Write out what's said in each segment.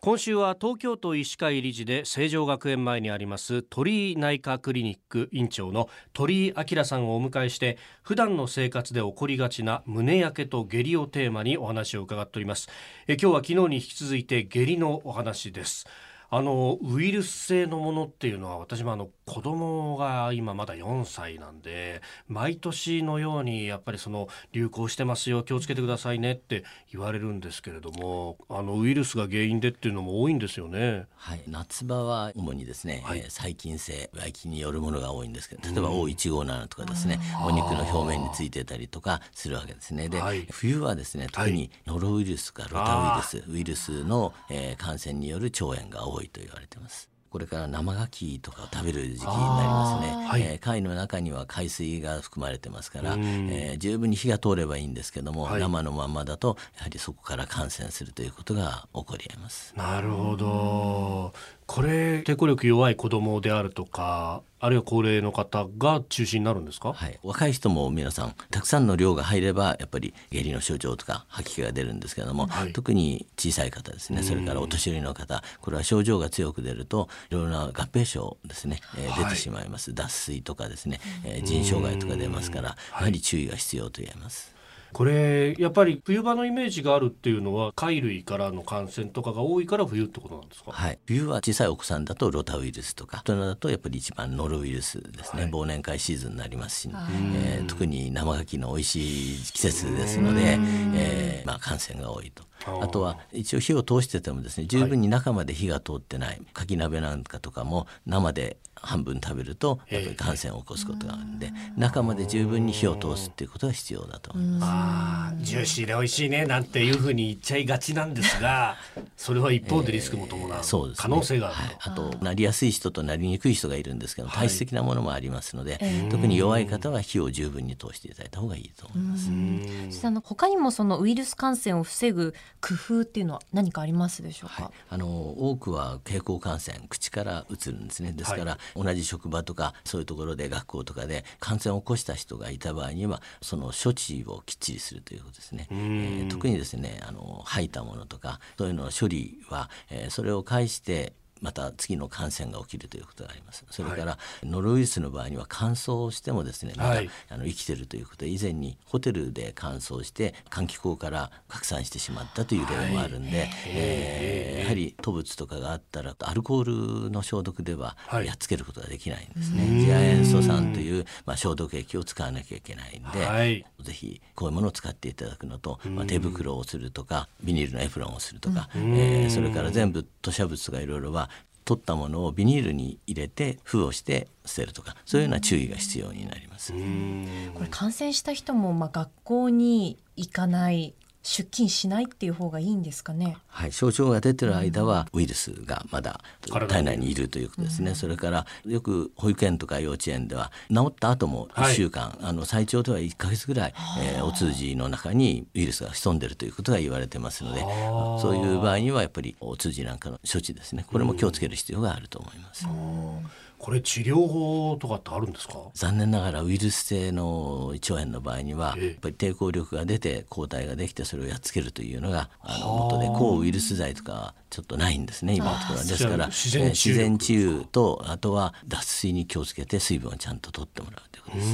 今週は東京都医師会理事で成城学園前にあります鳥居内科クリニック院長の鳥居明さんをお迎えして、普段の生活で起こりがちな胸焼けと下痢をテーマにお話を伺っております。今日は昨日に引き続いて下痢のお話です。ウイルス性のものっていうのは、私も子供が今まだ4歳なんで、毎年のようにやっぱり流行してますよ、気をつけてくださいねって言われるんですけれども、ウイルスが原因でっていうのも多いんですよね。 はい、夏場は主にですね、細菌性ばい菌によるものが多いんですけど、例えば O157 とかですね、お肉の表面についてたりとかするわけですね。で、冬はですね、特にノロウイルスかロタウイルスの、感染による腸炎が多いと言われています。これから生牡蠣とかを食べる時期になりますね。貝の中には海水が含まれてますから、十分に火が通ればいいんですけども、生のままだとやはりそこから感染するということが起こり得ます。 なるほど。これ抵抗力弱い子供であるとか、あるいは高齢の方が中心になるんですか？ はい、若い人も皆さんたくさんの量が入ればやっぱり下痢の症状とか吐き気が出るんですけれども、特に小さい方ですね、それからお年寄りの方、これは症状が強く出るといろいろな合併症ですね、出てしまいます。脱水とかですね、腎障害とか出ますから、やはり注意が必要と言えます。 これやっぱり冬場のイメージがあるっていうのは、貝類からの感染とかが多いから冬ってことなんですか？ はい、冬は小さいお子さんだとロタウイルスとか、大人だとやっぱり一番ノロウイルスですね。忘年会シーズンになりますし、特に生牡蠣の美味しい季節ですので、感染が多いと。あとは一応火を通しててもですね、十分に中まで火が通ってない牡蠣鍋なんかとかも生で半分食べるとやっぱり感染を起こすことがあるんで、中まで十分に火を通すっていうことが必要だと思います。 ジューシーで美味しいねなんていうふうに言っちゃいがちなんですが、それは一方でリスクも伴う可能性があると。 あとなりやすい人となりにくい人がいるんですけど、体質的なものもありますので、特に弱い方は火を十分に通していただいた方がいいと思います。 そして他にもそのウイルス感染を防ぐ工夫っていうのは何かありますでしょうか？ 多くは経口感染、口からうつるんですね。ですから、同じ職場とかそういうところで学校とかで感染を起こした人がいた場合には、その処置をきっちりするということですね。特にですね、吐いたものとかそういうのの処理は、それを介してまた次の感染が起きるということがあります。それから、ノロウイルスの場合には乾燥してもですね、まだ生きているということで、以前にホテルで乾燥して換気口から拡散してしまったという例もあるんで、やはり吐物とかがあったらアルコールの消毒ではやっつけることができないんですね。次亜塩素酸という、消毒液を使わなきゃいけないんで、ぜひこういうものを使っていただくのと、手袋をするとかビニールのエプロンをするとか、それから全部吐瀉物がいろいろは取ったものをビニールに入れて封をして捨てるとか、そういうような注意が必要になります。 これ感染した人も学校に行かない、出勤しないっていう方がいいんですかね？ はい、症状が出ている間はウイルスがまだ体内にいるということですね。それからよく保育園とか幼稚園では治った後も1週間、最長では1ヶ月ぐらい、お通じの中にウイルスが潜んでいるということが言われてますので、そういう場合にはやっぱりお通じなんかの処置ですね、これも気をつける必要があると思います。 これ治療法とかってあるんですか？ 残念ながらウイルス性の胃腸炎の場合には、やっぱり抵抗力が出て抗体ができてそれをやっつけるというのが元で、抗ウイルス剤とかちょっとないんですね、今のところは。ですから自然治癒と、あとは脱水に気をつけて水分をちゃんと取ってもらうということです。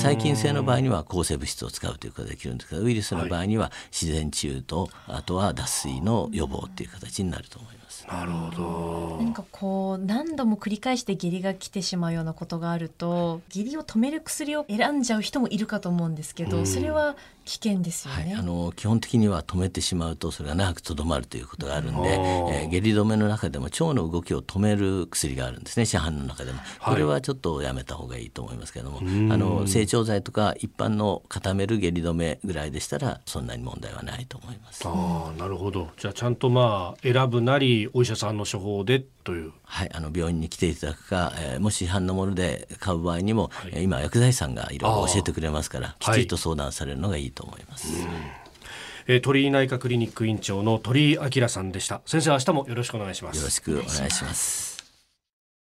細菌性の場合には抗生物質を使うということができるんですけど、ウイルスの場合には自然治癒と、あとは脱水の予防という形になると思います。 なるほど。 何か何度も繰り返して下痢が来てしまうようなことがあると、下痢を止める薬を選んじゃう人もいるかと思うんですけど、それは危険ですよね。 基本的には止めてしまうとそれが長くとどまるということがあるんで、下痢止めの中でも腸の動きを止める薬があるんですね、市販の中でも。これはちょっとやめた方がいいと思いますけども、整腸剤とか一般の固める下痢止めぐらいでしたらそんなに問題はないと思います。 なるほど。じゃあちゃんと選ぶなりお医者さんの処方でという。 はい、病院に来ていただくか、もし市販のもので買う場合にも、今薬剤師さんがいろいろ教えてくれますから、きちっと相談されるのがいいと思います。 鳥居内科クリニック院長の鳥居明さんでした。先生、明日もよろしくお願いします。 よろしくお願いします。